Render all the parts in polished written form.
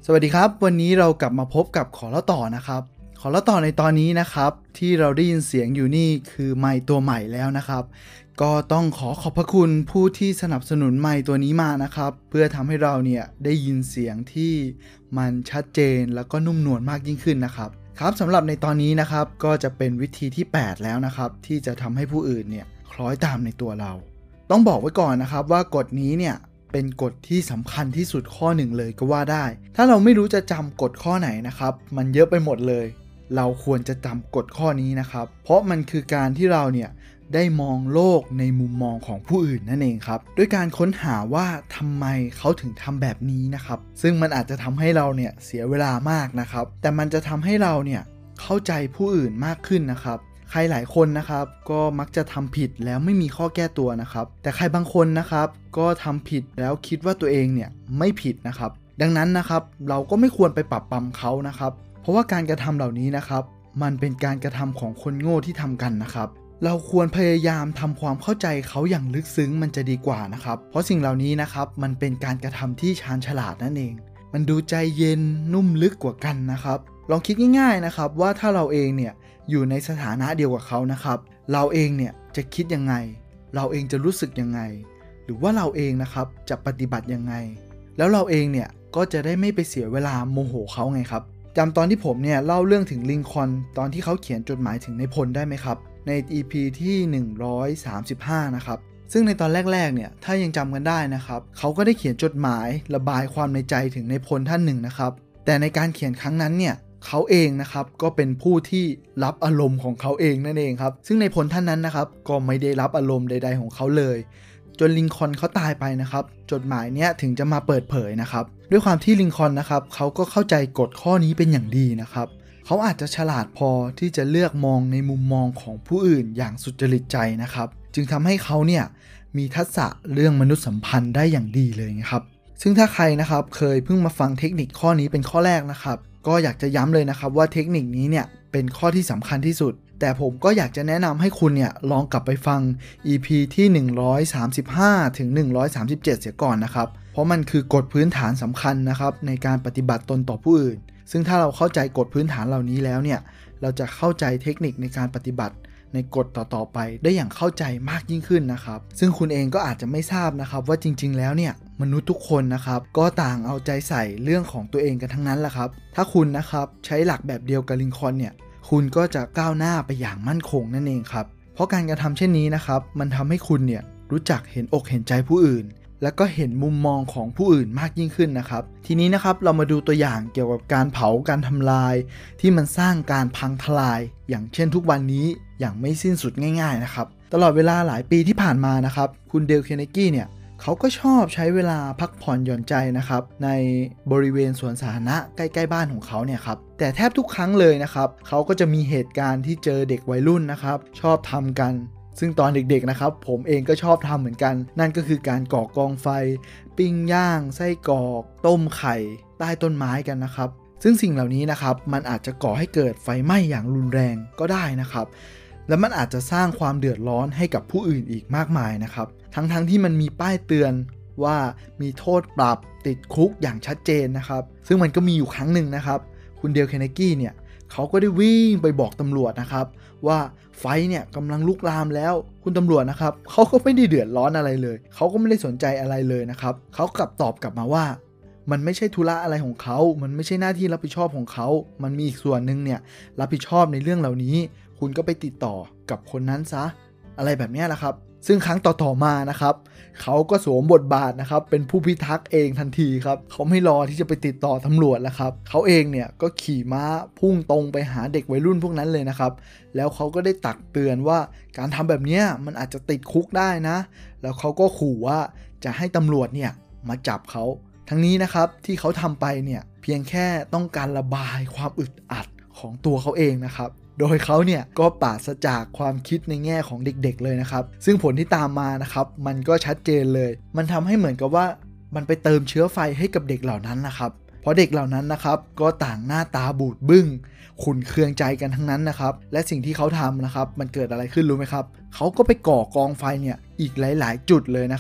สวัสดีครับวันนี้เรากลับมาพบกับขอเล่าต่อนะครับขอเล่าต่อในตอนนี้นะครับที่เราได้ยินเสียงอยู่นี่คือไมค์ตัวใหม่แล้วนะครับก็ต้องขอบพระคุณผู้ที่สนับสนุนไมค์ตัวนี้มานะครับเพื่อทำให้เราเนี่ยได้ยินเสียงที่มันชัดเจนแล้วก็นุ่มนวลมากยิ่งขึ้นนะครับครับสำหรับในตอนนี้นะครับก็จะเป็นวิธีที่8แล้วนะครับที่จะทำให้ผู้อื่นเนี่ยคล้อยตามในตัวเราต้องบอกไว้ก่อนนะครับว่ากฎนี้เนี่ยเป็นกฎที่สำคัญที่สุดข้อหนึ่งเลยก็ว่าได้ถ้าเราไม่รู้จะจำกฎข้อไหนนะครับมันเยอะไปหมดเลยเราควรจะจำกฎข้อนี้นะครับเพราะมันคือการที่เราเนี่ยได้มองโลกในมุมมองของผู้อื่นนั่นเองครับด้วยการค้นหาว่าทำไมเขาถึงทำแบบนี้นะครับซึ่งมันอาจจะทำให้เราเนี่ยเสียเวลามากนะครับแต่มันจะทำให้เราเนี่ยเข้าใจผู้อื่นมากขึ้นนะครับใครหลายคนนะครับก็มักจะทำผิดแล้วไม่มีข้อแก้ตัวนะครับแต่ใครบางคนนะครับก็ทำผิดแล้วคิดว่าตัวเองเนี่ยไม่ผิดนะครับดังนั้นนะครับเราก็ไม่ควรไปปรับปรามเขานะครับเพราะว่าการกระทำเหล่านี้นะครับมันเป็นการกระทำของคนโง่ที่ทำกันนะครับเราควรพยายามทำความเข้าใจเขาอย่างลึกซึ้งมันจะดีกว่านะครับเพราะสิ่งเหล่านี้นะครับมันเป็นการกระทำที่ชาญฉลาดนั่นเองมันดูใจเย็นนุ่มลึกกว่ากันนะครับลองคิดง่ายๆนะครับว่าถ้าเราเองเนี่ยอยู่ในสถานะเดียวกับเขานะครับเราเองเนี่ยจะคิดยังไงเราเองจะรู้สึกยังไงหรือว่าเราเองนะครับจะปฏิบัติยังไงแล้วเราเองเนี่ยก็จะได้ไม่ไปเสียเวลาโมโหเขาไงครับจำตอนที่ผมเนี่ยเล่าเรื่องถึงลิงคอล์นตอนที่เขาเขียนจดหมายถึงนายพลได้ไหมครับใน EP ที่135นะครับซึ่งในตอนแรกๆเนี่ยถ้ายังจำกันได้นะครับเขาก็ได้เขียนจดหมายระบายความในใจถึงนายพลท่านหนึ่งนะครับแต่ในการเขียนครั้งนั้นเนี่ยเขาเองนะครับก็เป็นผู้ที่รับอารมณ์ของเขาเองนั่นเองครับซึ่งในพลท่านนั้นนะครับก็ไม่ได้รับอารมณ์ใดๆของเขาเลยจนลิงคอล์นเขาตายไปนะครับจดหมายเนี้ยถึงจะมาเปิดเผยนะครับด้วยความที่ลิงคอล์นนะครับเขาก็เข้าใจกฎข้อนี้เป็นอย่างดีนะครับเขาอาจจะฉลาดพอที่จะเลือกมองในมุมมองของผู้อื่นอย่างสุจริตใจนะครับจึงทำให้เขาเนี่ยมีทักษะเรื่องมนุษยสัมพันธ์ได้อย่างดีเลยนะครับซึ่งถ้าใครนะครับเคยเพิ่งมาฟังเทคนิคข้อนี้เป็นข้อแรกนะครับก็อยากจะย้ำเลยนะครับว่าเทคนิคนี้เนี่ยเป็นข้อที่สำคัญที่สุดแต่ผมก็อยากจะแนะนำให้คุณเนี่ยลองกลับไปฟัง EP ที่135ถึง137เสียก่อนนะครับเพราะมันคือกฎพื้นฐานสำคัญนะครับในการปฏิบัติตนต่อผู้อื่นซึ่งถ้าเราเข้าใจกฎพื้นฐานเหล่านี้แล้วเนี่ยเราจะเข้าใจเทคนิคในการปฏิบัติในกฎต่อๆไปได้อย่างเข้าใจมากยิ่งขึ้นนะครับซึ่งคุณเองก็อาจจะไม่ทราบนะครับว่าจริงๆแล้วเนี่ยมนุษย์ทุกคนนะครับก็ต่างเอาใจใส่เรื่องของตัวเองกันทั้งนั้นแหละครับถ้าคุณนะครับใช้หลักแบบเดียวกับลิงคอล์นเนี่ยคุณก็จะก้าวหน้าไปอย่างมั่นคงนั่นเองครับเพราะการกระทำเช่นนี้นะครับมันทำให้คุณเนี่ยรู้จักเห็นอกเห็นใจผู้อื่นแล้วก็เห็นมุมมองของผู้อื่นมากยิ่งขึ้นนะครับทีนี้นะครับเรามาดูตัวอย่างเกี่ยวกับการเผาการทำลายที่มันสร้างการพังทลายอย่างเช่นทุกวันนี้อย่างไม่สิ้นสุดง่ายๆนะครับตลอดเวลาหลายปีที่ผ่านมานะครับคุณเดล เคเนกี้เนี่ยเขาก็ชอบใช้เวลาพักผ่อนหย่อนใจนะครับในบริเวณสวนสาธารณะใกล้ๆบ้านของเขาเนี่ยครับแต่แทบทุกครั้งเลยนะครับเขาก็จะมีเหตุการณ์ที่เจอเด็กวัยรุ่นนะครับชอบทำกันซึ่งตอนเด็กๆนะครับผมเองก็ชอบทำเหมือนกันนั่นก็คือการก่อกองไฟปิ้งย่างไส้กรอกต้มไข่ใต้ต้นไม้กันนะครับซึ่งสิ่งเหล่านี้นะครับมันอาจจะก่อให้เกิดไฟไหม้อย่างรุนแรงก็ได้นะครับและมันอาจจะสร้างความเดือดร้อนให้กับผู้อื่นอีกมากมายนะครับทั้งที่มันมีป้ายเตือนว่ามีโทษปรับติดคุกอย่างชัดเจนนะครับซึ่งมันก็มีอยู่ครั้งหนึ่งนะครับคุณเดล เคเนกี้เนี่ยเขาก็ได้วิ่งไปบอกตำรวจนะครับว่าไฟเนี่ยกำลังลุกลามแล้วคุณตำรวจนะครับเขาก็ไม่ได้เดือดร้อนอะไรเลยเขาก็ไม่ได้สนใจอะไรเลยนะครับเขากลับตอบกลับมาว่ามันไม่ใช่ธุระอะไรของเขามันไม่ใช่หน้าที่รับผิดชอบของเขามันมีอีกส่วนหนึ่งเนี่ยรับผิดชอบในเรื่องเหล่านี้คุณก็ไปติดต่อกับคนนั้นซะอะไรแบบนี้แหละครับซึ่งครั้งต่อมานะครับเขาก็สวมบทบาทนะครับเป็นผู้พิทักษ์เองทันทีครับเขาไม่รอที่จะไปติดต่อตำรวจแล้วครับเขาเองเนี่ยก็ขี่ม้าพุ่งตรงไปหาเด็กวัยรุ่นพวกนั้นเลยนะครับแล้วเขาก็ได้ตักเตือนว่าการทำแบบนี้มันอาจจะติดคุกได้นะแล้วเขาก็ขู่ว่าจะให้ตำรวจเนี่ยมาจับเขาทั้งนี้นะครับที่เขาทำไปเนี่ยเพียงแค่ต้องการระบายความอึดอัดของตัวเขาเองนะครับโดยเขาเนี่ยก็ปราศจากความคิดในแง่ของเด็กๆเลยนะครับซึ่งผลที่ตามมานะครับมันก็ชัดเจนเลยมันทำให้เหมือนกับว่ามันไปเติมเชื้อไฟให้กับเด็กเหล่านั้นนะครับเพราะเด็กเหล่านั้นนะครับก็ต่างหน้าตาบูดบึ้งขุ่นเคืองใจกันทั้งนั้นนะครับและสิ่งที่เขาทำนะครับมันเกิดอะไรขึ้นรู้ไหมครับเขาก็ไปก่อกองไฟเนี่ยอีกหลายๆจุดเลยนะครับ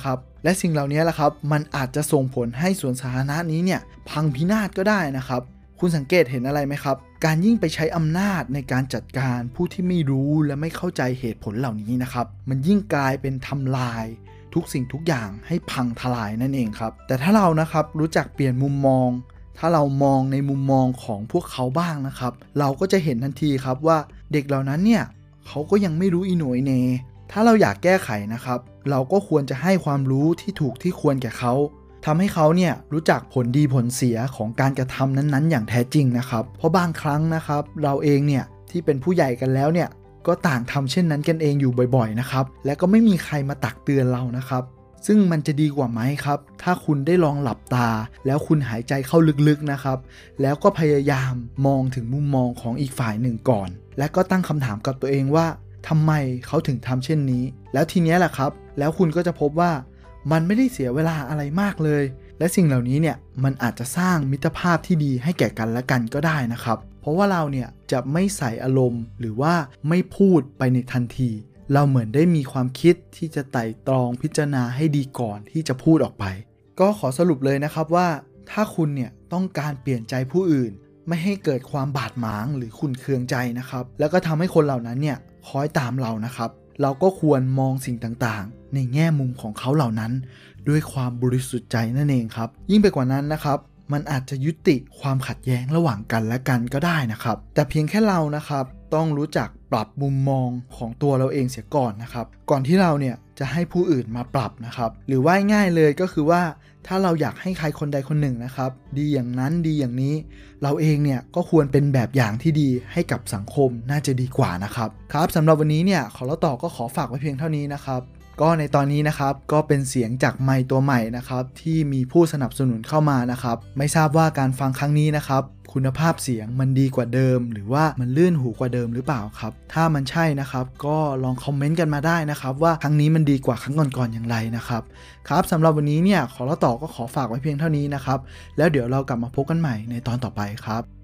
และสิ่งเหล่านี้แหละครับมันอาจจะส่งผลให้สวนสาธารณะนี้เนี่ยพังพินาศก็ได้นะครับคุณสังเกตเห็นอะไรไหมครับการยิ่งไปใช้อำนาจในการจัดการผู้ที่ไม่รู้และไม่เข้าใจเหตุผลเหล่านี้นะครับมันยิ่งกลายเป็นทำลายทุกสิ่งทุกอย่างให้พังทลายนั่นเองครับแต่ถ้าเรานะครับรู้จักเปลี่ยนมุมมองถ้าเรามองในมุมมองของพวกเขาบ้างนะครับเราก็จะเห็นทันทีครับว่าเด็กเหล่านั้นเนี่ยเขาก็ยังไม่รู้อีโหน่อีเหน่ถ้าเราอยากแก้ไขนะครับเราก็ควรจะให้ความรู้ที่ถูกที่ควรแก่เขาทำให้เขาเนี่ยรู้จักผลดีผลเสียของการกระทำนั้นๆอย่างแท้จริงนะครับเพราะบางครั้งนะครับเราเองเนี่ยที่เป็นผู้ใหญ่กันแล้วเนี่ยก็ต่างทำเช่นนั้นกันเองอยู่บ่อยๆนะครับและก็ไม่มีใครมาตักเตือนเรานะครับซึ่งมันจะดีกว่าไหมครับถ้าคุณได้ลองหลับตาแล้วคุณหายใจเข้าลึกๆนะครับแล้วก็พยายามมองถึงมุมมองของอีกฝ่ายหนึ่งก่อนและก็ตั้งคำถามกับตัวเองว่าทำไมเขาถึงทำเช่นนี้แล้วทีนี้แหละครับแล้วคุณก็จะพบว่ามันไม่ได้เสียเวลาอะไรมากเลยและสิ่งเหล่านี้เนี่ยมันอาจจะสร้างมิตรภาพที่ดีให้แก่กันและกันก็ได้นะครับเพราะว่าเราเนี่ยจะไม่ใส่อารมณ์หรือว่าไม่พูดไปในทันทีเราเหมือนได้มีความคิดที่จะไต่ตรองพิจารณาให้ดีก่อนที่จะพูดออกไปก็ขอสรุปเลยนะครับว่าถ้าคุณเนี่ยต้องการเปลี่ยนใจผู้อื่นไม่ให้เกิดความบาดหมางหรือขุ่นเคืองใจนะครับแล้วก็ทำให้คนเหล่านั้นเนี่ยคอยตามเรานะครับเราก็ควรมองสิ่งต่างๆในแง่มุมของเขาเหล่านั้นด้วยความบริสุทธิ์ใจนั่นเองครับยิ่งไปกว่านั้นนะครับมันอาจจะยุติความขัดแย้งระหว่างกันและกันก็ได้นะครับแต่เพียงแค่เรานะครับต้องรู้จักปรับมุมมองของตัวเราเองเสียก่อนนะครับก่อนที่เราเนี่ยจะให้ผู้อื่นมาปรับนะครับหรือว่าง่ายเลยก็คือว่าถ้าเราอยากให้ใครคนใดคนหนึ่งนะครับดีอย่างนั้นดีอย่างนี้เราเองเนี่ยก็ควรเป็นแบบอย่างที่ดีให้กับสังคมน่าจะดีกว่านะครับครับสำหรับวันนี้เนี่ยขอเล่าต่อก็ขอฝากไว้เพียงเท่านี้นะครับก็ในตอนนี้นะครับก็เป็นเสียงจากไมค์ตัวใหม่นะครับที่มีผู้สนับสนุนเข้ามานะครับไม่ทราบว่าการฟังครั้งนี้นะครับคุณภาพเสียงมันดีกว่าเดิมหรือว่ามันลื่นหูกว่าเดิมหรือเปล่าครับถ้ามันใช่นะครับก็ลองคอมเมนต์กันมาได้นะครับว่าครั้งนี้มันดีกว่าครั้งก่อนๆอย่างไรนะครับครับสำหรับวันนี้เนี่ยขอเล่าต่อก็ขอฝากไว้เพียงเท่านี้นะครับแล้วเดี๋ยวเรากลับมาพบกันใหม่ในตอนต่อไปครับ